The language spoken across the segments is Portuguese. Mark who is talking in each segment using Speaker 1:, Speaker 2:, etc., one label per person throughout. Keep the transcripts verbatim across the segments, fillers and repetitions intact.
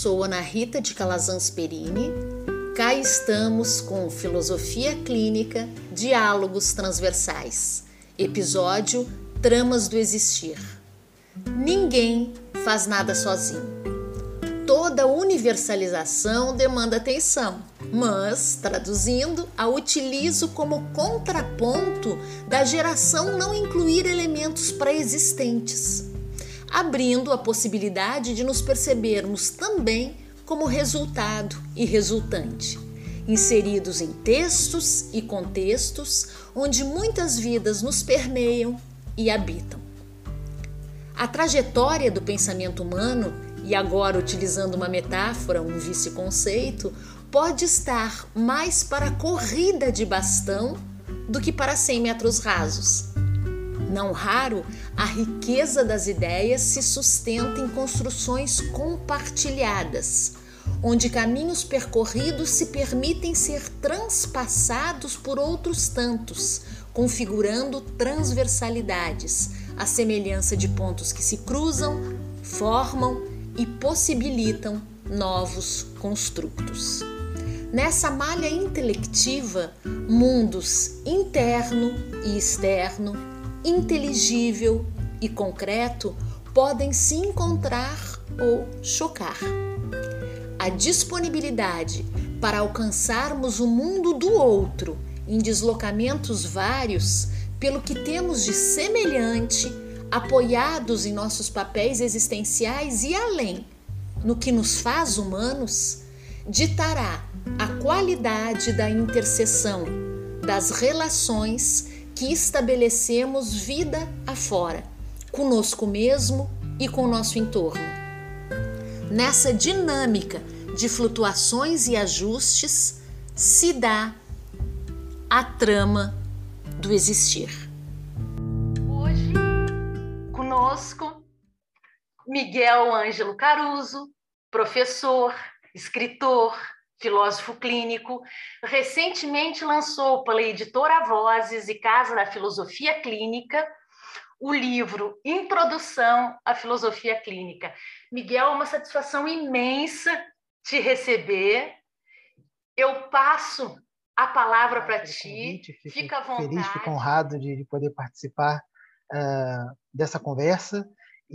Speaker 1: sou Ana Rita de Calazans Perini. Cá estamos com Filosofia Clínica, Diálogos Transversais. Episódio Tramas do Existir. Ninguém faz nada sozinho. Toda universalização demanda atenção, mas, traduzindo, a utilizo como contraponto da geração não incluir elementos pré-existentes, abrindo a possibilidade de nos percebermos também como resultado e resultante, inseridos em textos e contextos onde muitas vidas nos permeiam e habitam. A trajetória do pensamento humano, e agora utilizando uma metáfora, um vice-conceito, pode estar mais para a corrida de bastão do que para cem metros rasos. Não raro, a riqueza das ideias se sustenta em construções compartilhadas, onde caminhos percorridos se permitem ser transpassados por outros tantos, configurando transversalidades, a semelhança de pontos que se cruzam, formam e possibilitam novos construtos. Nessa malha intelectiva, mundos interno e externo, inteligível e concreto podem se encontrar ou chocar. A disponibilidade para alcançarmos o mundo do outro em deslocamentos vários, pelo que temos de semelhante, apoiados em nossos papéis existenciais e além, no que nos faz humanos, ditará a qualidade da interseção, das relações que estabelecemos vida afora, conosco mesmo e com o nosso entorno. Nessa dinâmica de flutuações e ajustes se dá a trama do existir. Hoje, conosco, Miguel Ângelo Caruso, professor, escritor, filósofo clínico, recentemente lançou pela editora Vozes e Casa da Filosofia Clínica o livro Introdução à Filosofia Clínica. Miguel, é uma satisfação imensa te receber. Eu passo a palavra para ti.
Speaker 2: Fico
Speaker 1: Fica à vontade.
Speaker 2: Feliz, fico honrado de, de poder participar uh, dessa conversa.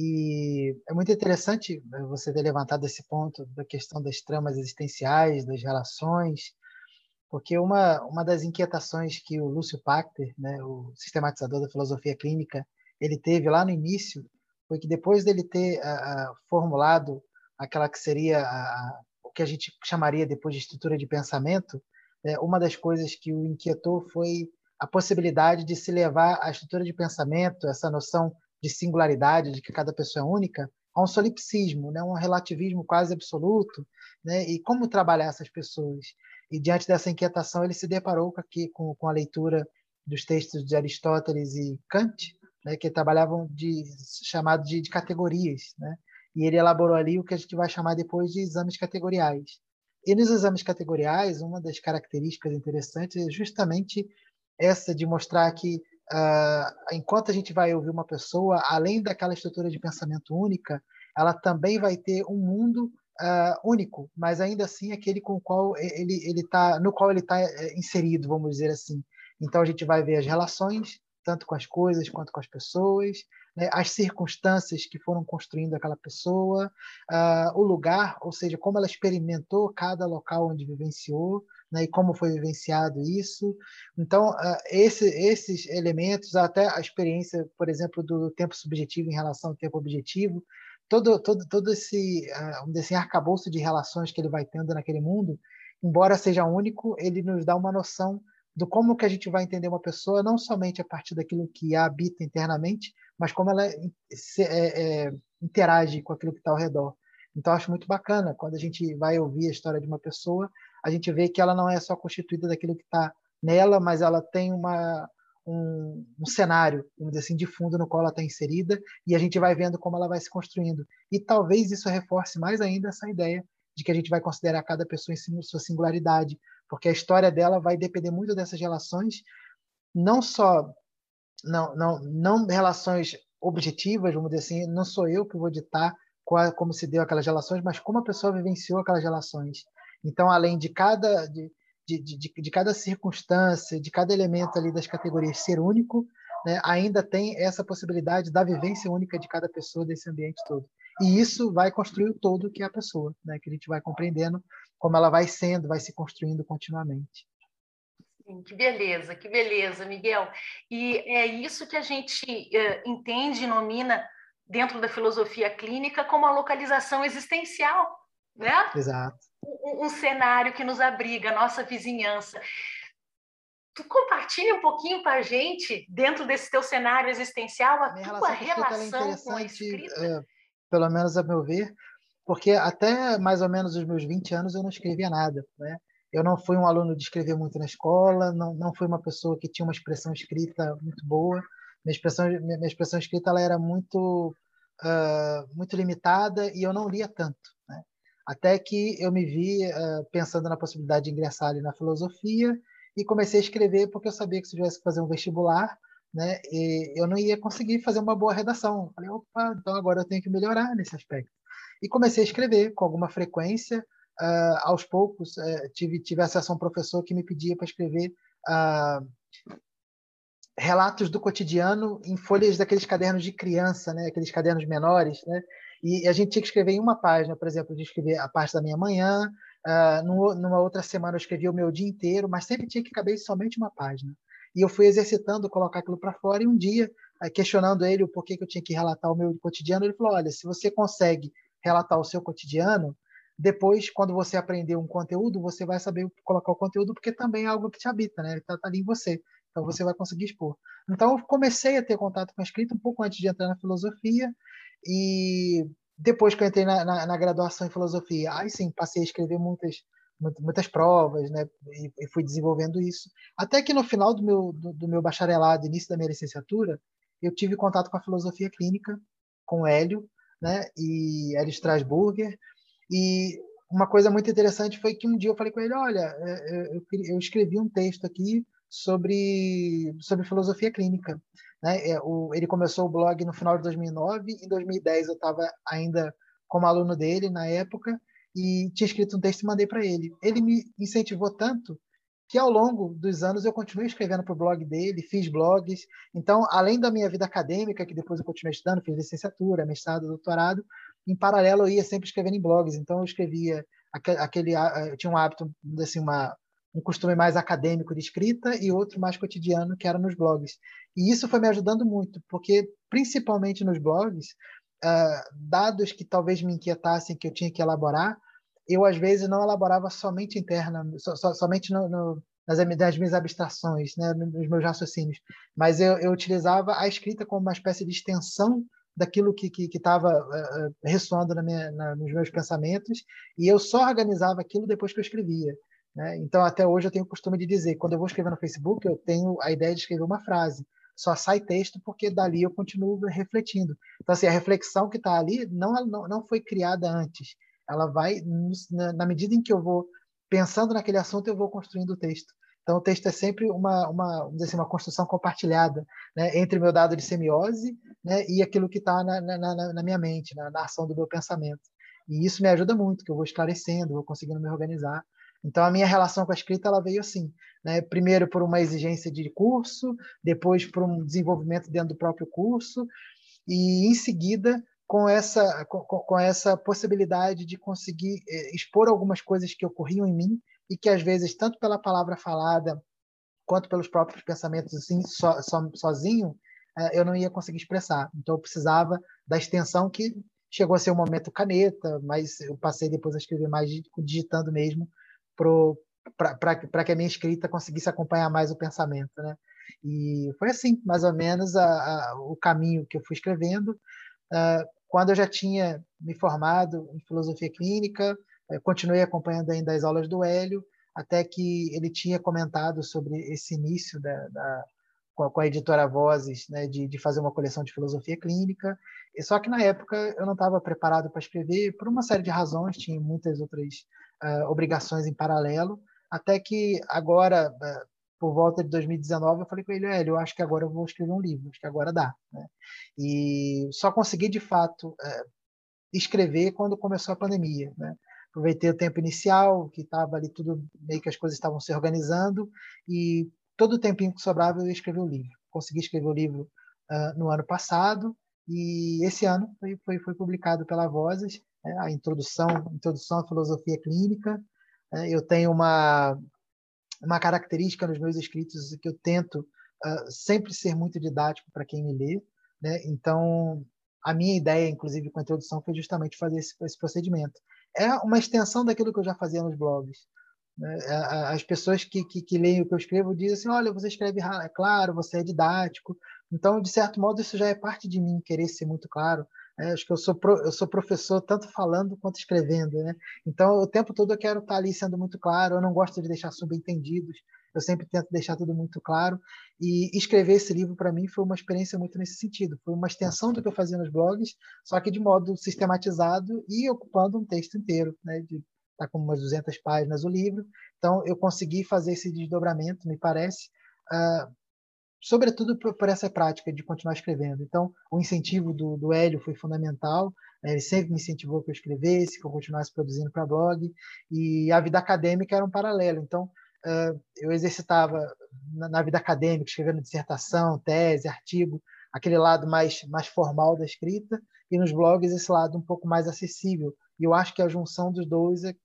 Speaker 2: E é muito interessante você ter levantado esse ponto da questão das tramas existenciais, das relações, porque uma, uma das inquietações que o Lúcio Pachter, né, o sistematizador da filosofia clínica, ele teve lá no início, foi que depois dele ter uh, formulado aquela que seria a, o que a gente chamaria depois de estrutura de pensamento, é, uma das coisas que o inquietou foi a possibilidade de se levar a estrutura de pensamento, essa noção de singularidade, de que cada pessoa é única, a um solipsismo, né? Um relativismo quase absoluto, né? E como trabalhar essas pessoas? E diante dessa inquietação ele se deparou com, aqui, com, com a leitura dos textos de Aristóteles e Kant, né? Que trabalhavam de chamado de, de categorias, né? E ele elaborou ali o que a gente vai chamar depois de exames categoriais. E nos exames categoriais, uma das características interessantes é justamente essa de mostrar que Uh, enquanto a gente vai ouvir uma pessoa, além daquela estrutura de pensamento única, ela também vai ter um mundo uh, único, mas ainda assim aquele com o qual ele, ele tá, no qual ele está inserido, vamos dizer assim. Então a gente vai ver as relações, tanto com as coisas quanto com as pessoas, né, as circunstâncias que foram construindo aquela pessoa, uh, o lugar, ou seja, como ela experimentou cada local onde vivenciou, né, e como foi vivenciado isso. Então, uh, esse, esses elementos, até a experiência, por exemplo, do tempo subjetivo em relação ao tempo objetivo, todo, todo, todo esse, uh, esse arcabouço de relações que ele vai tendo naquele mundo, embora seja único, ele nos dá uma noção do como que a gente vai entender uma pessoa, não somente a partir daquilo que a habita internamente, mas como ela se, é, é, interage com aquilo que está ao redor. Então, acho muito bacana quando a gente vai ouvir a história de uma pessoa, a gente vê que ela não é só constituída daquilo que está nela, mas ela tem uma, um, um cenário, vamos dizer assim, de fundo no qual ela está inserida, e a gente vai vendo como ela vai se construindo. E talvez isso reforce mais ainda essa ideia de que a gente vai considerar cada pessoa em sua singularidade, porque a história dela vai depender muito dessas relações, não só não, não, não relações objetivas, vamos dizer assim, não sou eu que vou ditar qual, como se deu aquelas relações, mas como a pessoa vivenciou aquelas relações. Então, além de cada, de, de, de, de cada circunstância, de cada elemento ali das categorias ser único, né, ainda tem essa possibilidade da vivência única de cada pessoa desse ambiente todo. E isso vai construir o todo que é a pessoa, né, que a gente vai compreendendo como ela vai sendo, vai se construindo continuamente.
Speaker 3: Sim, que beleza, que beleza, Miguel. E é isso que a gente uh, entende e nomina dentro da filosofia clínica como a localização existencial, né?
Speaker 2: Exato.
Speaker 3: Um, um cenário que nos abriga, a nossa vizinhança. Tu compartilha um pouquinho com a gente, dentro desse teu cenário existencial, a, a tua relação, relação com a escrita?
Speaker 2: Uh, pelo menos a meu ver, porque até mais ou menos os meus vinte anos eu não escrevia nada, né? Eu não fui um aluno de escrever muito na escola, não, não fui uma pessoa que tinha uma expressão escrita muito boa. Minha expressão, minha expressão escrita ela era muito, uh, muito limitada e eu não lia tanto, né? Até que eu me vi uh, pensando na possibilidade de ingressar ali na filosofia e comecei a escrever porque eu sabia que se eu tivesse que fazer um vestibular, né, e eu não ia conseguir fazer uma boa redação. Eu falei, opa, então agora eu tenho que melhorar nesse aspecto. E comecei a escrever com alguma frequência. Uh, aos poucos, uh, tive, tive acesso a um professor que me pedia para escrever uh, relatos do cotidiano em folhas daqueles cadernos de criança, né? Aqueles cadernos menores, né? E a gente tinha que escrever em uma página, por exemplo, de escrever a parte da minha manhã, uh, numa outra semana eu escrevia o meu dia inteiro, mas sempre tinha que caber somente uma página. E eu fui exercitando, colocar aquilo para fora, e um dia, uh, questionando ele o porquê que eu tinha que relatar o meu cotidiano, ele falou, olha, se você consegue relatar o seu cotidiano, depois, quando você aprender um conteúdo, você vai saber colocar o conteúdo, porque também é algo que te habita, né? Ele está tá ali em você. Então, você vai conseguir expor. Então, eu comecei a ter contato com a escrita um pouco antes de entrar na filosofia. E depois que eu entrei na, na, na graduação em filosofia, aí sim, passei a escrever muitas, muitas provas, né? E, e fui desenvolvendo isso. Até que no final do meu, do, do meu bacharelado, início da minha licenciatura, eu tive contato com a filosofia clínica, com o Hélio, né? E Hélio Strasburger. E uma coisa muito interessante foi que um dia eu falei com ele, olha, eu, eu escrevi um texto aqui sobre, sobre filosofia clínica, né? Ele começou o blog no final de dois mil e nove, em dois mil e dez eu estava ainda como aluno dele na época e tinha escrito um texto e mandei para ele. Ele me incentivou tanto que ao longo dos anos eu continuei escrevendo para o blog dele, fiz blogs. Então, além da minha vida acadêmica, que depois eu continuei estudando, fiz licenciatura, mestrado, doutorado, em paralelo eu ia sempre escrevendo em blogs. Então, eu escrevia aquele, eu tinha um hábito, assim, uma, um costume mais acadêmico de escrita e outro mais cotidiano, que era nos blogs. E isso foi me ajudando muito, porque principalmente nos blogs, uh, dados que talvez me inquietassem, que eu tinha que elaborar, eu às vezes não elaborava somente interna, so, so, somente no, no, nas, nas minhas abstrações, né, nos meus raciocínios, mas eu, eu utilizava a escrita como uma espécie de extensão daquilo que que estava uh, ressoando na minha, na, nos meus pensamentos, e eu só organizava aquilo depois que eu escrevia, né? Então, até hoje eu tenho o costume de dizer, quando eu vou escrever no Facebook, eu tenho a ideia de escrever uma frase, só sai texto porque dali eu continuo refletindo. Então, assim, a reflexão que está ali não, não, não foi criada antes, ela vai, na medida em que eu vou pensando naquele assunto, eu vou construindo o texto. Então, o texto é sempre uma, uma, vamos dizer assim, uma construção compartilhada, né, entre o meu dado de semiose, né, e aquilo que está na, na, na, na minha mente, na, na ação do meu pensamento. E isso me ajuda muito, que eu vou esclarecendo, vou conseguindo me organizar. Então, a minha relação com a escrita ela veio assim, né? Primeiro por uma exigência de curso, depois por um desenvolvimento dentro do próprio curso, e em seguida com essa, com, com essa possibilidade de conseguir eh, expor algumas coisas que ocorriam em mim e que, às vezes, tanto pela palavra falada quanto pelos próprios pensamentos assim, so, so, sozinho, eh, eu não ia conseguir expressar. Então, eu precisava da extensão que chegou a ser um momento caneta, mas eu passei depois a escrever mais digitando mesmo, para que a minha escrita conseguisse acompanhar mais o pensamento, né? E foi assim, mais ou menos, a, a, o caminho que eu fui escrevendo. Uh, quando eu já tinha me formado em filosofia clínica, uh, continuei acompanhando ainda as aulas do Hélio, até que ele tinha comentado sobre esse início da, da, com, a, com a editora Vozes, né, de, de fazer uma coleção de filosofia clínica. E só que na época eu não estava preparado para escrever, por uma série de razões, tinha muitas outras uh, obrigações em paralelo, até que agora, uh, por volta de dois mil e dezenove, eu falei com ele, Hélio, eu acho que agora eu vou escrever um livro, acho que agora dá, né? E só consegui, de fato, uh, escrever quando começou a pandemia, né? Aproveitei o tempo inicial, que estava ali tudo, meio que as coisas estavam se organizando, e todo o tempinho que sobrava eu ia escrever o livro. Consegui escrever o livro uh, no ano passado, e esse ano foi, foi, foi publicado pela Vozes, né? A introdução, introdução à filosofia clínica. Né? Eu tenho uma, uma característica nos meus escritos que eu tento uh, sempre ser muito didático para quem me lê, né? Então, a minha ideia, inclusive, com a introdução, foi justamente fazer esse, esse procedimento. É uma extensão daquilo que eu já fazia nos blogs. Né? As pessoas que, que, que leem o que eu escrevo dizem assim, olha, você escreve é claro, você é didático. Então, de certo modo, isso já é parte de mim, querer ser muito claro. É, acho que eu sou, pro, eu sou professor tanto falando quanto escrevendo. Né? Então, o tempo todo eu quero estar ali sendo muito claro, eu não gosto de deixar subentendidos, eu sempre tento deixar tudo muito claro. E escrever esse livro, para mim, foi uma experiência muito nesse sentido. Foi uma extensão do que eu fazia nos blogs, só que de modo sistematizado e ocupando um texto inteiro, né? De está com umas duzentas páginas o livro, então eu consegui fazer esse desdobramento, me parece, uh, sobretudo por, por essa prática de continuar escrevendo. Então, o incentivo do, do Hélio foi fundamental, né? Ele sempre me incentivou que eu escrevesse, que eu continuasse produzindo para blog, e a vida acadêmica era um paralelo. Então, uh, eu exercitava na, na vida acadêmica, escrevendo dissertação, tese, artigo, aquele lado mais, mais formal da escrita, e nos blogs esse lado um pouco mais acessível. E eu acho que a junção dos dois é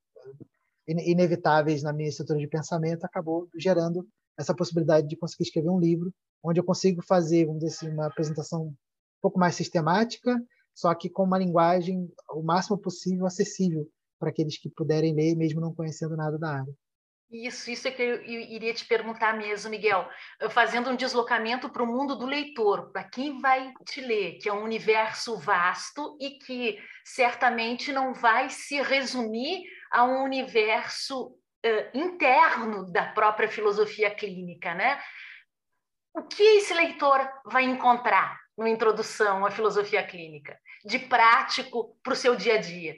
Speaker 2: inevitáveis na minha estrutura de pensamento, acabou gerando essa possibilidade de conseguir escrever um livro onde eu consigo fazer, vamos dizer assim, uma apresentação um pouco mais sistemática, só que com uma linguagem o máximo possível acessível para aqueles que puderem ler, mesmo não conhecendo nada da área.
Speaker 3: Isso, isso é que eu iria te perguntar mesmo, Miguel. Fazendo um deslocamento para o mundo do leitor, para quem vai te ler, que é um universo vasto e que certamente não vai se resumir a um universo uh, interno da própria filosofia clínica, né? O que esse leitor vai encontrar na introdução à filosofia clínica, de prático para o seu dia a dia?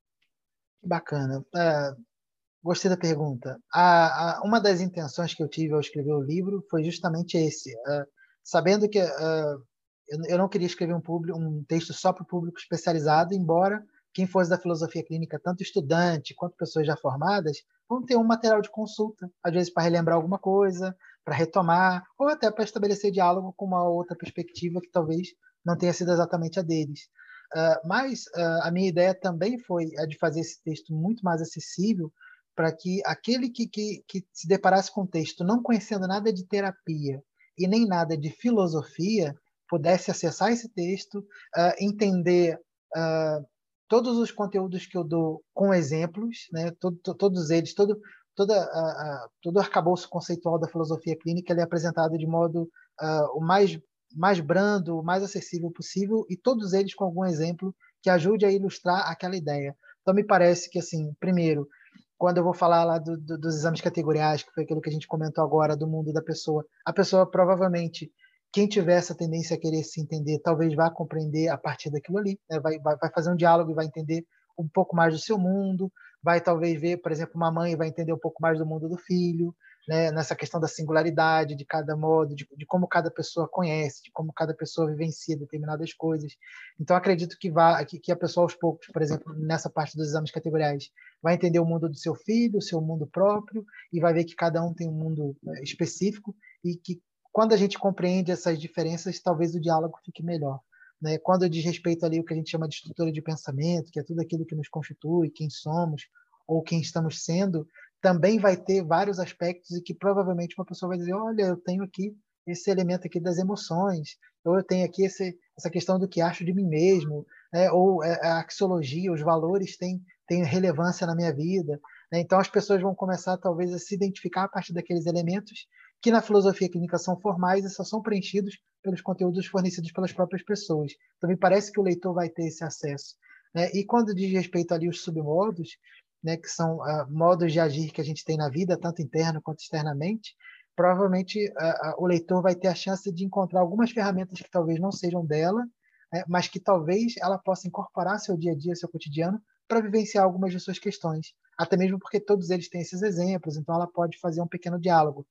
Speaker 2: Bacana. Uh, gostei da pergunta. A, a, uma das intenções que eu tive ao escrever o livro foi justamente esse. Uh, sabendo que uh, eu, eu não queria escrever um, público, um texto só para o público especializado, embora quem fosse da filosofia clínica, tanto estudante quanto pessoas já formadas, vão ter um material de consulta, às vezes para relembrar alguma coisa, para retomar, ou até para estabelecer diálogo com uma outra perspectiva que talvez não tenha sido exatamente a deles. Uh, mas uh, a minha ideia também foi a de fazer esse texto muito mais acessível para que aquele que, que, que se deparasse com o texto não conhecendo nada de terapia e nem nada de filosofia, pudesse acessar esse texto, uh, entender uh, todos os conteúdos que eu dou com exemplos, né? Todo, todos eles, todo, toda, uh, uh, todo o arcabouço conceitual da filosofia clínica ele é apresentado de modo uh, o mais, mais brando, o mais acessível possível, e todos eles com algum exemplo que ajude a ilustrar aquela ideia. Então, me parece que, assim, primeiro, quando eu vou falar lá do, do, dos exames categoriais, que foi aquilo que a gente comentou agora, do mundo da pessoa, a pessoa provavelmente, quem tiver essa tendência a querer se entender, talvez vá compreender a partir daquilo ali, né? vai, vai, vai fazer um diálogo e vai entender um pouco mais do seu mundo, vai talvez ver, por exemplo, uma mãe vai entender um pouco mais do mundo do filho, né? Nessa questão da singularidade de cada modo, de, de como cada pessoa conhece, de como cada pessoa vivencia determinadas coisas. Então, acredito que, vá, que, que a pessoa, aos poucos, por exemplo, nessa parte dos exames categoriais, vai entender o mundo do seu filho, o seu mundo próprio, e vai ver que cada um tem um mundo específico, e que quando a gente compreende essas diferenças, talvez o diálogo fique melhor. Né? Quando diz respeito ali o que a gente chama de estrutura de pensamento, que é tudo aquilo que nos constitui, quem somos ou quem estamos sendo, também vai ter vários aspectos e que provavelmente uma pessoa vai dizer, olha, eu tenho aqui esse elemento aqui das emoções, ou eu tenho aqui esse, essa questão do que acho de mim mesmo, né? Ou a axiologia, os valores têm, têm relevância na minha vida. Né? Então as pessoas vão começar talvez a se identificar a partir daqueles elementos que na filosofia clínica são formais e só são preenchidos pelos conteúdos fornecidos pelas próprias pessoas. Então me parece que o leitor vai ter esse acesso. Né? E quando diz respeito ali aos submodos, né, que são uh, modos de agir que a gente tem na vida, tanto interno quanto externamente, provavelmente uh, uh, o leitor vai ter a chance de encontrar algumas ferramentas que talvez não sejam dela, né, mas que talvez ela possa incorporar seu dia a dia, seu cotidiano, para vivenciar algumas de suas questões. Até mesmo porque todos eles têm esses exemplos, então ela pode fazer um pequeno diálogo.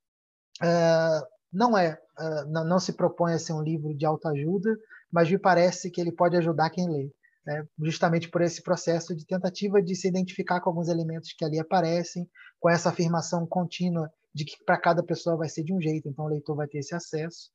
Speaker 2: Uh, não é, uh, não, não se propõe a ser um livro de autoajuda, mas me parece que ele pode ajudar quem lê. né, justamente por esse processo de tentativa de se identificar com alguns elementos que ali aparecem, com essa afirmação contínua de que para cada pessoa vai ser de um jeito, então o leitor vai ter esse acesso.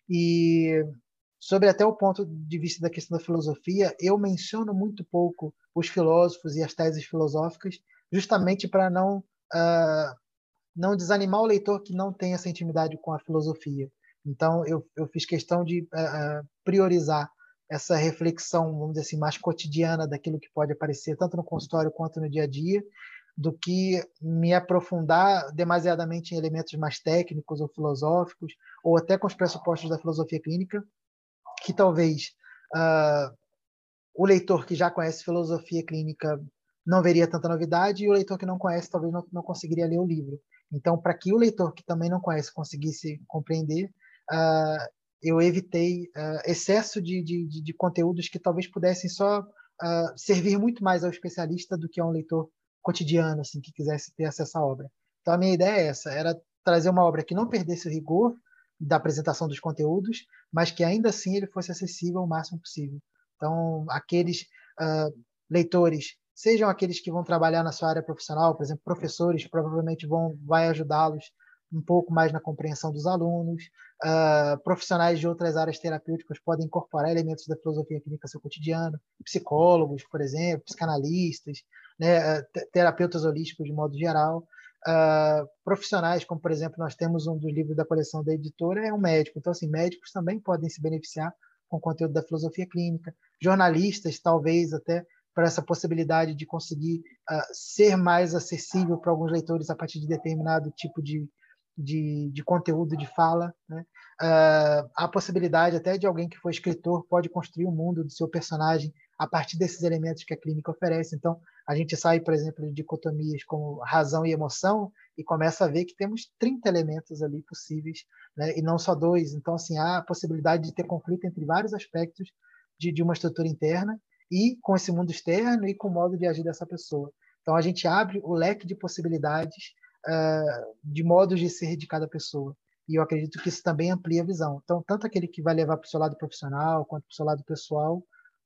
Speaker 2: E sobre até o ponto de vista da questão da filosofia, eu menciono muito pouco os filósofos e as teses filosóficas, justamente para não, uh, não desanimar o leitor que não tem essa intimidade com a filosofia. Então, eu, eu fiz questão de uh, priorizar essa reflexão, vamos dizer assim, mais cotidiana daquilo que pode aparecer tanto no consultório quanto no dia a dia, do que me aprofundar demasiadamente em elementos mais técnicos ou filosóficos, ou até com os pressupostos da filosofia clínica, que talvez uh, o leitor que já conhece filosofia clínica não veria tanta novidade, e o leitor que não conhece talvez não, não conseguiria ler o livro. Então, para que o leitor que também não conhece conseguisse compreender, uh, eu evitei uh, excesso de, de, de, de conteúdos que talvez pudessem só uh, servir muito mais ao especialista do que a um leitor cotidiano, assim, que quisesse ter acesso à obra. Então, a minha ideia é essa, era trazer uma obra que não perdesse o rigor da apresentação dos conteúdos, mas que ainda assim ele fosse acessível o máximo possível. Então, aqueles uh, leitores, sejam aqueles que vão trabalhar na sua área profissional, por exemplo, professores, provavelmente vão vai ajudá-los um pouco mais na compreensão dos alunos, uh, profissionais de outras áreas terapêuticas podem incorporar elementos da filosofia clínica ao seu cotidiano, psicólogos, por exemplo, psicanalistas, né, terapeutas holísticos de modo geral, uh, profissionais, como por exemplo, nós temos um dos livros da coleção da editora, é um médico, então assim, médicos também podem se beneficiar com o conteúdo da filosofia clínica, jornalistas talvez até para essa possibilidade de conseguir uh, ser mais acessível para alguns leitores a partir de determinado tipo de, de, de conteúdo de fala, né? Uh, a possibilidade até de alguém que foi escritor pode construir o um mundo do seu personagem a partir desses elementos que a clínica oferece. Então, a gente sai, por exemplo, de dicotomias como razão e emoção e começa a ver que temos trinta elementos ali possíveis, né? E não só dois. Então, assim, há a possibilidade de ter conflito entre vários aspectos de, de uma estrutura interna e com esse mundo externo e com o modo de agir dessa pessoa. Então, a gente abre o leque de possibilidades uh, de modos de ser de cada pessoa. E eu acredito que isso também amplia a visão. Então, tanto aquele que vai levar para o seu lado profissional quanto para o seu lado pessoal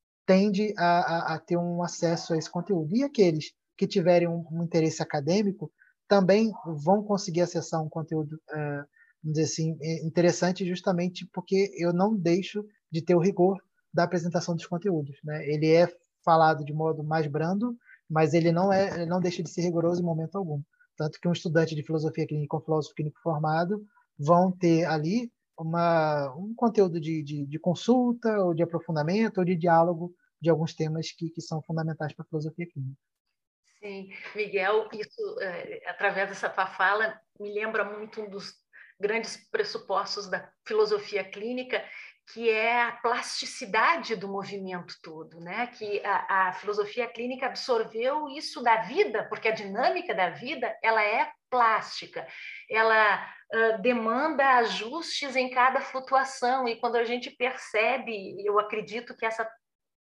Speaker 2: tende a, a, a ter um acesso a esse conteúdo. E aqueles que tiverem um, um interesse acadêmico também vão conseguir acessar um conteúdo, uh, vamos dizer assim, interessante justamente porque eu não deixo de ter o rigor da apresentação dos conteúdos, né? Ele é falado de modo mais brando, mas ele não é, ele não deixa de ser rigoroso em momento algum. Tanto que um estudante de filosofia clínica ou um filósofo clínico formado vão ter ali uma, um conteúdo de, de, de consulta, ou de aprofundamento, ou de diálogo de alguns temas que, que são fundamentais para a filosofia clínica.
Speaker 3: Sim, Miguel, isso, é, através dessa tua fala, me lembra muito um dos grandes pressupostos da filosofia clínica, que é a plasticidade do movimento todo, né? Que a, a filosofia clínica absorveu isso da vida, porque a dinâmica da vida ela é plástica, ela uh, demanda ajustes em cada flutuação, e quando a gente percebe, eu acredito que essa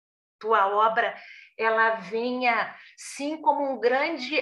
Speaker 3: tua obra ela venha sim como um grande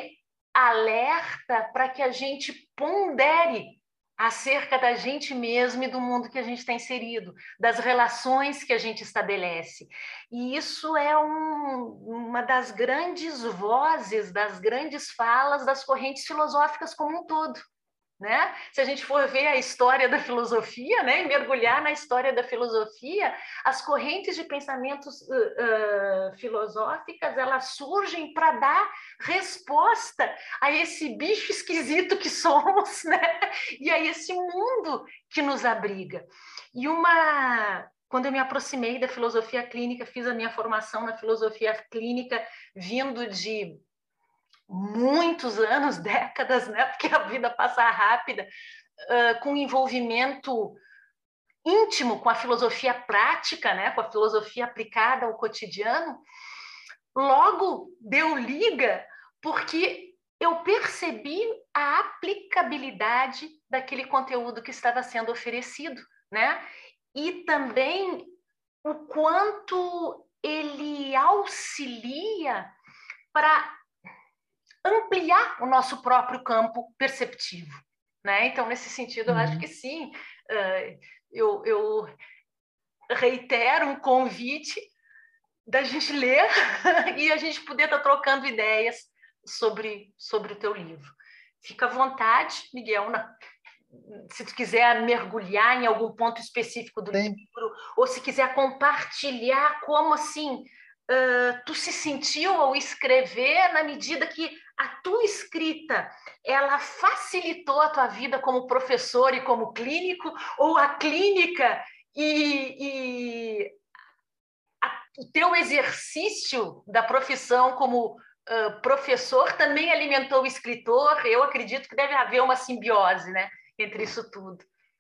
Speaker 3: alerta para que a gente pondere acerca da gente mesmo e do mundo que a gente está inserido, das relações que a gente estabelece. E isso é um, uma das grandes vozes, das grandes falas das correntes filosóficas como um todo. Né? Se a gente for ver a história da filosofia, né, e mergulhar na história da filosofia, as correntes de pensamentos uh, uh, filosóficas elas surgem para dar resposta a esse bicho esquisito que somos, né? E a esse mundo que nos abriga. E uma quando eu me aproximei da filosofia clínica, fiz a minha formação na filosofia clínica vindo de muitos anos, décadas, né? Porque a vida passa rápida, uh, com envolvimento íntimo com a filosofia prática, né? Com a filosofia aplicada ao cotidiano, logo deu liga, porque eu percebi a aplicabilidade daquele conteúdo que estava sendo oferecido, né? E também o quanto ele auxilia para ampliar o nosso próprio campo perceptivo, né? Então, nesse sentido, eu uhum. acho que sim, uh, eu, eu reitero um convite da gente ler e a gente poder estar trocando ideias sobre, sobre o teu livro. Fica à vontade, Miguel, na, se tu quiser mergulhar em algum ponto específico do
Speaker 2: Sim.
Speaker 3: livro, ou se quiser compartilhar como assim uh, tu se sentiu ao escrever, na medida que a tua escrita ela facilitou a tua vida como professor e como clínico, ou a clínica e, e a, o teu exercício da profissão como uh, professor também alimentou o escritor. Eu acredito que deve haver uma simbiose, né, entre isso tudo.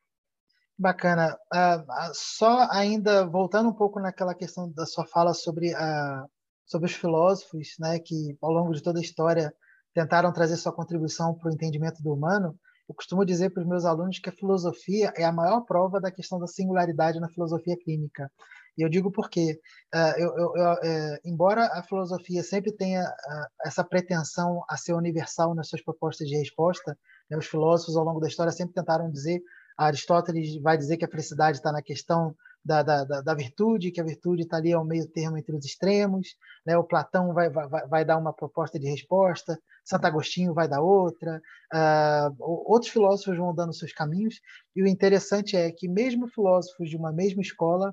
Speaker 2: Bacana. Uh, uh, só ainda voltando um pouco naquela questão da sua fala sobre, uh, sobre os filósofos, né, que ao longo de toda a história tentaram trazer sua contribuição para o entendimento do humano, eu costumo dizer para os meus alunos que a filosofia é a maior prova da questão da singularidade na filosofia clínica. E eu digo porque, uh, eu, eu, eu, uh, embora a filosofia sempre tenha uh, essa pretensão a ser universal nas suas propostas de resposta, né, os filósofos ao longo da história sempre tentaram dizer, Aristóteles vai dizer que a felicidade está na questão da, da, da virtude, que a virtude está ali ao meio termo entre os extremos, né? O Platão vai, vai, vai dar uma proposta de resposta, Santo Agostinho vai dar outra, uh, outros filósofos vão dando seus caminhos, e o interessante é que mesmo filósofos de uma mesma escola,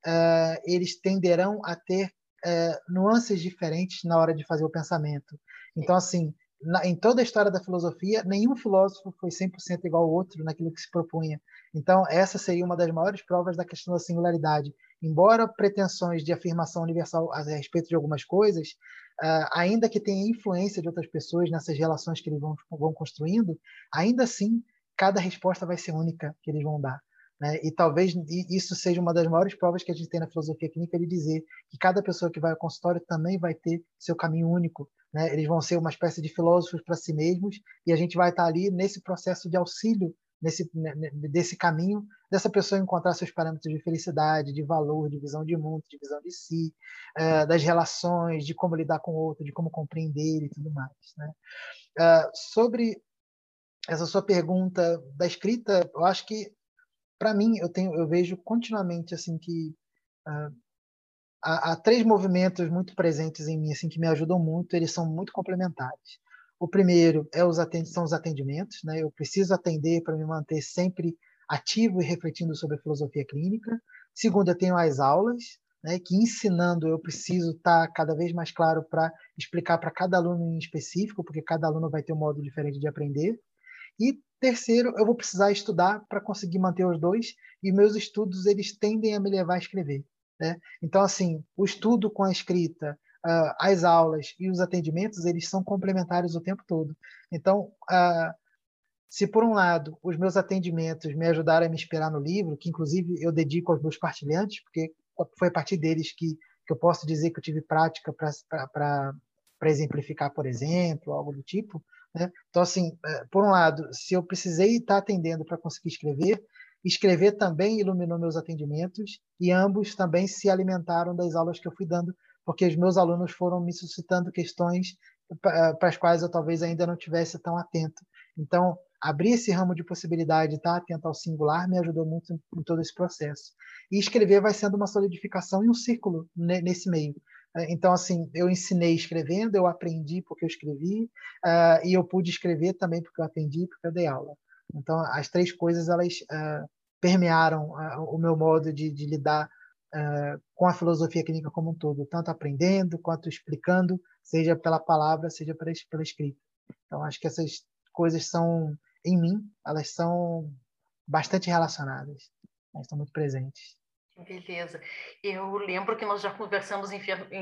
Speaker 2: uh, eles tenderão a ter uh, nuances diferentes na hora de fazer o pensamento. Então, assim, na, em toda a história da filosofia, nenhum filósofo foi cem por cento igual ao outro naquilo que se propunha. Então, essa seria uma das maiores provas da questão da singularidade. Embora pretensões de afirmação universal a respeito de algumas coisas, uh, ainda que tenha influência de outras pessoas nessas relações que eles vão, vão construindo, ainda assim, cada resposta vai ser única que eles vão dar. Né? E talvez isso seja uma das maiores provas que a gente tem na filosofia clínica, de dizer que cada pessoa que vai ao consultório também vai ter seu caminho único. Né? Eles vão ser uma espécie de filósofos para si mesmos, e a gente vai estar ali nesse processo de auxílio, nesse, desse caminho, dessa pessoa encontrar seus parâmetros de felicidade, de valor, de visão de mundo, de visão de si, uh, das relações, de como lidar com o outro, de como compreender e tudo mais. Né? Uh, sobre essa sua pergunta da escrita, eu acho que, para mim, eu, tenho, eu vejo continuamente assim, que uh, há, há três movimentos muito presentes em mim, assim, que me ajudam muito, eles são muito complementares. O primeiro é os são os atendimentos, né? Eu preciso atender para me manter sempre ativo e refletindo sobre a filosofia clínica. Segundo, eu tenho as aulas, né? Que ensinando eu preciso estar cada vez mais claro para explicar para cada aluno em específico, porque cada aluno vai ter um modo diferente de aprender. E terceiro, eu vou precisar estudar para conseguir manter os dois, e meus estudos eles tendem a me levar a escrever. Né? Então, assim, o estudo com a escrita, uh, as aulas e os atendimentos, eles são complementares o tempo todo. Então, uh, se por um lado os meus atendimentos me ajudaram a me inspirar no livro, que inclusive eu dedico aos meus partilhantes, porque foi a partir deles que, que eu posso dizer que eu tive prática para exemplificar, por exemplo, algo do tipo. Né? Então, assim, por um lado, se eu precisei estar atendendo para conseguir escrever, escrever também iluminou meus atendimentos, e ambos também se alimentaram das aulas que eu fui dando, porque os meus alunos foram me suscitando questões para as quais eu talvez ainda não tivesse tão atento. Então, abrir esse ramo de possibilidade, estar atento ao singular, me ajudou muito em todo esse processo. E escrever vai sendo uma solidificação e um círculo nesse meio. Então, assim, eu ensinei escrevendo, eu aprendi porque eu escrevi, uh, e eu pude escrever também porque eu atendi, porque eu dei aula. Então, as três coisas, elas uh, permearam uh, o meu modo de, de lidar uh, com a filosofia clínica como um todo, tanto aprendendo quanto explicando, seja pela palavra, seja pela, pela escrita. Então, acho que essas coisas são, em mim, elas são bastante relacionadas, elas estão muito presentes.
Speaker 3: Beleza. Eu lembro que nós já conversamos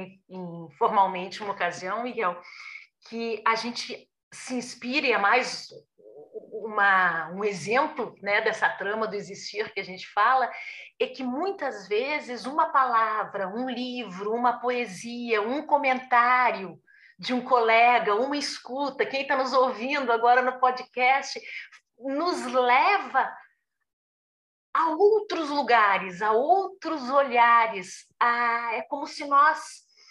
Speaker 3: informalmente uma ocasião, Miguel, que a gente se inspire, é mais uma, um exemplo, né, dessa trama do existir que a gente fala, é que muitas vezes uma palavra, um livro, uma poesia, um comentário de um colega, uma escuta, quem está nos ouvindo agora no podcast, nos leva a outros lugares, a outros olhares. A, é como se nós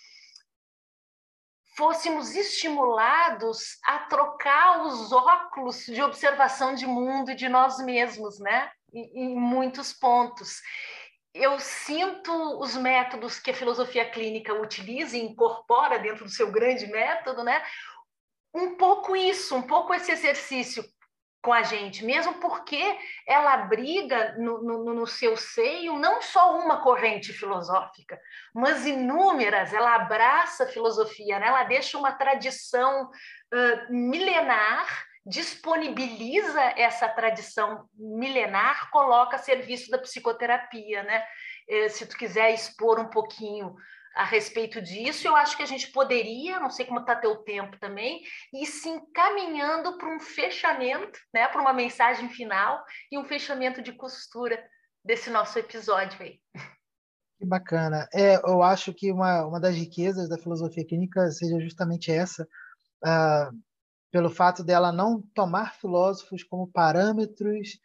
Speaker 3: fôssemos estimulados a trocar os óculos de observação de mundo e de nós mesmos, né? Em, em muitos pontos. eu sinto os métodos que a filosofia clínica utiliza e incorpora dentro do seu grande método, né? Um pouco isso, um pouco esse exercício com a gente, mesmo porque ela abriga no, no, no seu seio não só uma corrente filosófica, mas inúmeras. Ela abraça a filosofia, né? Ela deixa uma tradição uh, milenar, disponibiliza essa tradição milenar, coloca a serviço da psicoterapia, né? Se tu quiser expor um pouquinho a respeito disso, eu acho que a gente poderia, não sei como está teu tempo também, ir se encaminhando para um fechamento, né, para uma mensagem final e um fechamento de costura desse nosso episódio aí.
Speaker 2: Que bacana. É, eu acho que uma, uma das riquezas da filosofia clínica seja justamente essa, ah, pelo fato dela não tomar filósofos como parâmetros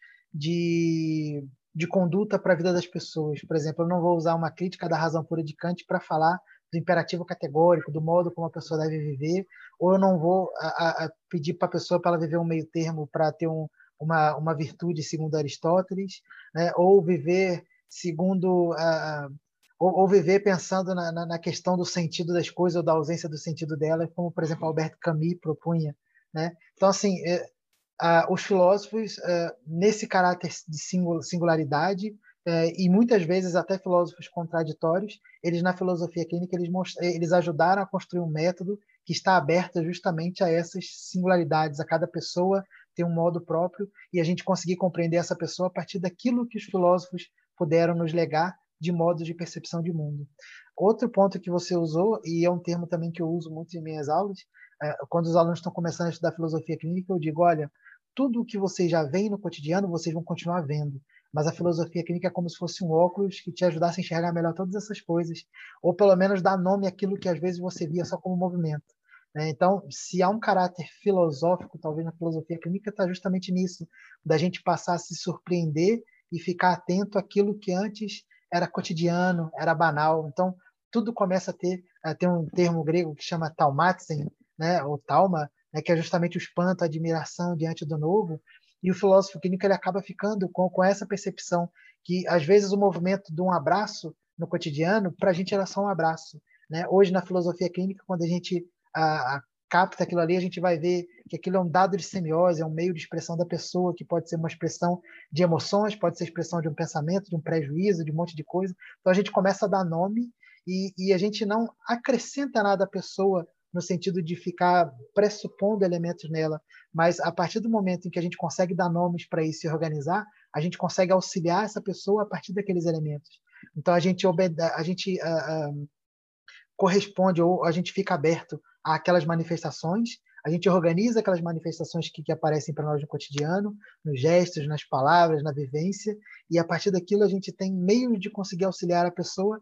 Speaker 2: de, de conduta para a vida das pessoas. Por exemplo, eu não vou usar uma crítica da razão pura de Kant para falar do imperativo categórico, do modo como a pessoa deve viver, ou eu não vou a, a pedir para a pessoa para ela viver um meio termo para ter um, uma, uma virtude segundo Aristóteles, né? Ou viver segundo a, ou, ou viver pensando na, na, na questão do sentido das coisas ou da ausência do sentido delas, como, por exemplo, Albert Camus propunha, né? Então, assim, é, a, os filósofos, é, nesse caráter de singularidade, é, e muitas vezes até filósofos contraditórios, eles na filosofia clínica eles, eles ajudaram a construir um método que está aberto justamente a essas singularidades, a cada pessoa ter um modo próprio e a gente conseguir compreender essa pessoa a partir daquilo que os filósofos puderam nos legar de modo de percepção de mundo. Outro ponto que você usou, e é um termo também que eu uso muito em minhas aulas, é, quando os alunos estão começando a estudar filosofia clínica, eu digo, olha, tudo o que vocês já veem no cotidiano, vocês vão continuar vendo, mas a filosofia clínica é como se fosse um óculos que te ajudasse a enxergar melhor todas essas coisas, ou pelo menos dar nome àquilo que às vezes você via só como movimento. Então, se há um caráter filosófico, talvez na filosofia clínica, está justamente nisso, da gente passar a se surpreender e ficar atento àquilo que antes era cotidiano, era banal. Então, tudo começa a ter, a ter um termo grego que chama taumatzen, né, ou tauma, né, que é justamente o espanto, a admiração diante do novo. E o filósofo clínico ele acaba ficando com, com essa percepção que, às vezes, o movimento de um abraço no cotidiano, para a gente era só um abraço. Né? Hoje, na filosofia clínica, quando a gente a, a, capta aquilo ali, a gente vai ver que aquilo é um dado de semiose, é um meio de expressão da pessoa, que pode ser uma expressão de emoções, pode ser expressão de um pensamento, de um prejuízo, de um monte de coisa. Então, a gente começa a dar nome e, e a gente não acrescenta nada à pessoa no sentido de ficar pressupondo elementos nela, mas a partir do momento em que a gente consegue dar nomes para isso e organizar, a gente consegue auxiliar essa pessoa a partir daqueles elementos. Então a gente obede a gente uh, uh, corresponde ou a gente fica aberto àquelas manifestações, a gente organiza aquelas manifestações que, que aparecem para nós no cotidiano, nos gestos, nas palavras, na vivência, e a partir daquilo a gente tem meios de conseguir auxiliar a pessoa,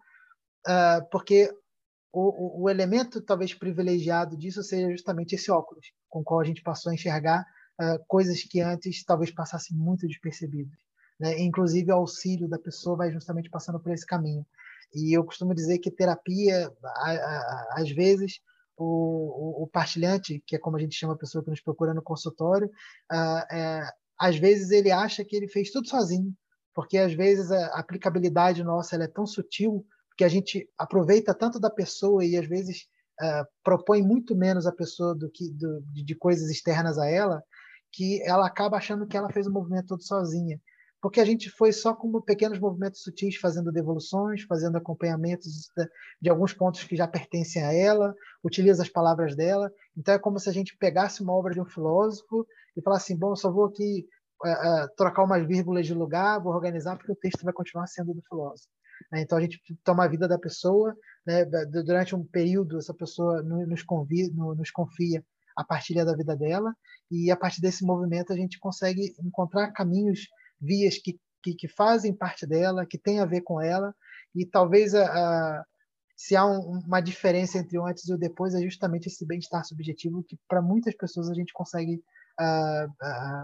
Speaker 2: uh, porque O, o, o elemento talvez privilegiado disso seja justamente esse óculos, com o qual a gente passou a enxergar uh, coisas que antes talvez passassem muito despercebidas. Né? Inclusive, o auxílio da pessoa vai justamente passando por esse caminho. E eu costumo dizer que terapia, a, a, às vezes, o, o, o partilhante, que é como a gente chama a pessoa que nos procura no consultório, uh, é, às vezes ele acha que ele fez tudo sozinho, porque às vezes a aplicabilidade nossa ela é tão sutil que a gente aproveita tanto da pessoa e às vezes uh, propõe muito menos a pessoa do que do, de coisas externas a ela, que ela acaba achando que ela fez o movimento todo sozinha, porque a gente foi só com pequenos movimentos sutis, fazendo devoluções, fazendo acompanhamentos de, de alguns pontos que já pertencem a ela, utiliza as palavras dela. Então é como se a gente pegasse uma obra de um filósofo e falasse assim, bom, eu só vou aqui uh, uh, trocar umas vírgulas de lugar, vou organizar porque o texto vai continuar sendo do filósofo. Então a gente toma a vida da pessoa, né? Durante um período essa pessoa nos, convia, nos confia a partilha da vida dela e a partir desse movimento a gente consegue encontrar caminhos, vias que, que, que fazem parte dela, que tem a ver com ela e talvez a, a, se há um, uma diferença entre o antes e o depois é justamente esse bem-estar subjetivo que para muitas pessoas a gente consegue uh, uh,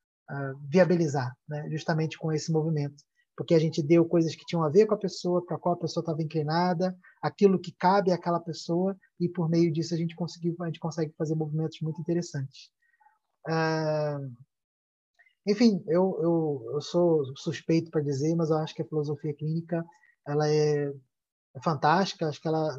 Speaker 2: uh, viabilizar, né? Justamente com esse movimento. Porque a gente deu coisas que tinham a ver com a pessoa, para a qual a pessoa estava inclinada, aquilo que cabe àquela pessoa, e por meio disso a gente, conseguiu, a gente consegue fazer movimentos muito interessantes. Ah, Enfim, eu, eu, eu sou suspeito para dizer, mas eu acho que a filosofia clínica ela é, é fantástica, acho que ela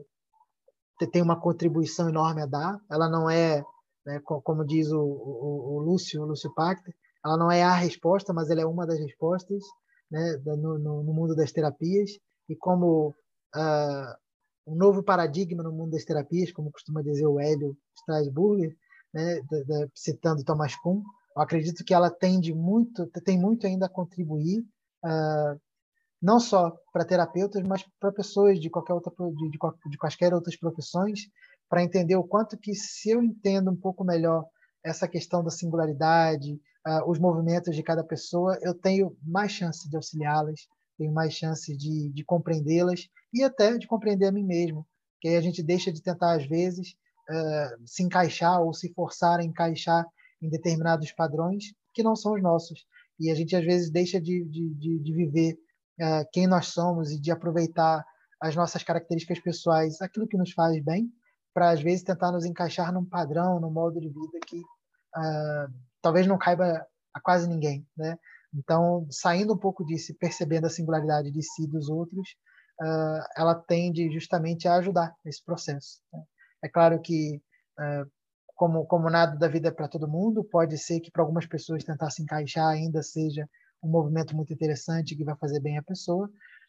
Speaker 2: uh, tem uma contribuição enorme a dar. Ela não é, né, como diz o, o, o Lúcio, o Lúcio Pachter, ela não é a resposta, mas ela é uma das respostas, né, no, no, no mundo das terapias. E como uh, um novo paradigma no mundo das terapias, como costuma dizer o Hélio Strasburger, né, de, de, citando Thomas Kuhn, eu acredito que ela tende muito, tem muito ainda a contribuir, uh, não só para terapeutas, mas para pessoas de qualquer outra, de, de, de quaisquer outras profissões, para entender o quanto que se eu entendo um pouco melhor essa questão da singularidade, uh, os movimentos de cada pessoa, eu tenho mais chance de auxiliá-las, tenho mais chance de, de compreendê-las e até de compreender a mim mesmo, que aí a gente deixa de tentar às vezes uh, se encaixar ou se forçar a encaixar em determinados padrões que não são os nossos, e a gente às vezes deixa de, de, de, de viver uh, quem nós somos e de aproveitar as nossas características pessoais, aquilo que nos faz bem, para às vezes tentar nos encaixar num padrão, num modo de vida que uh, talvez não caiba a quase ninguém, né? Então, saindo um pouco disso e percebendo a singularidade de si e dos outros, uh, ela tende justamente a ajudar nesse processo, né? É claro que uh, como, como nada da vida é para todo mundo, pode ser que para algumas pessoas tentar se encaixar ainda seja um movimento muito interessante que vai fazer bem a pessoa,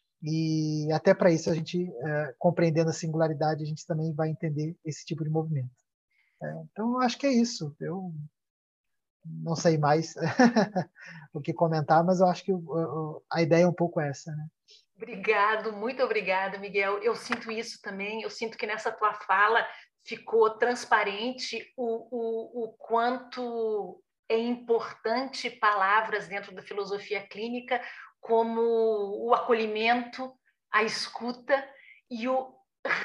Speaker 2: e até para isso a gente, é, compreendendo a singularidade, a gente também vai entender esse tipo de movimento. É, então, eu acho que é isso. Eu não sei mais o que comentar, mas eu acho que a ideia é um pouco essa, né?
Speaker 3: Obrigado, muito obrigada, Miguel. Eu sinto isso também, eu sinto que nessa tua fala ficou transparente o, o, o quanto é importante palavras dentro da filosofia clínica, como o acolhimento, a escuta e o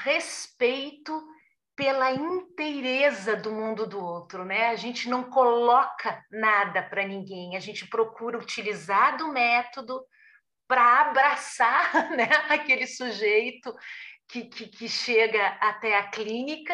Speaker 3: respeito pela inteireza do mundo do outro, né? A gente não coloca nada para ninguém, a gente procura utilizar do método para abraçar, né, aquele sujeito que, que, que chega até a clínica,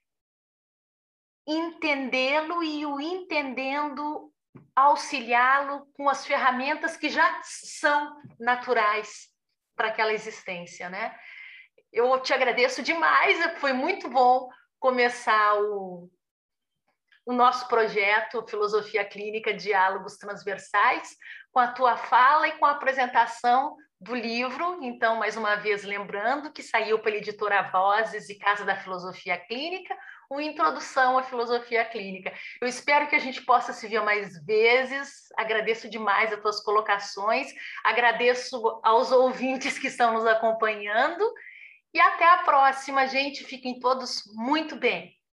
Speaker 3: entendê-lo e o entendendo, auxiliá-lo com as ferramentas que já são naturais para aquela existência, né? Eu te agradeço demais, foi muito bom começar o, o nosso projeto Filosofia Clínica Diálogos Transversais, com a tua fala e com a apresentação do livro. Então, mais uma vez, lembrando que saiu pela editora Vozes e Casa da Filosofia Clínica, uma introdução à filosofia clínica. Eu espero que a gente possa se ver mais vezes. Agradeço demais as tuas colocações, agradeço aos ouvintes que estão nos acompanhando e até a próxima, gente. Fiquem todos muito bem.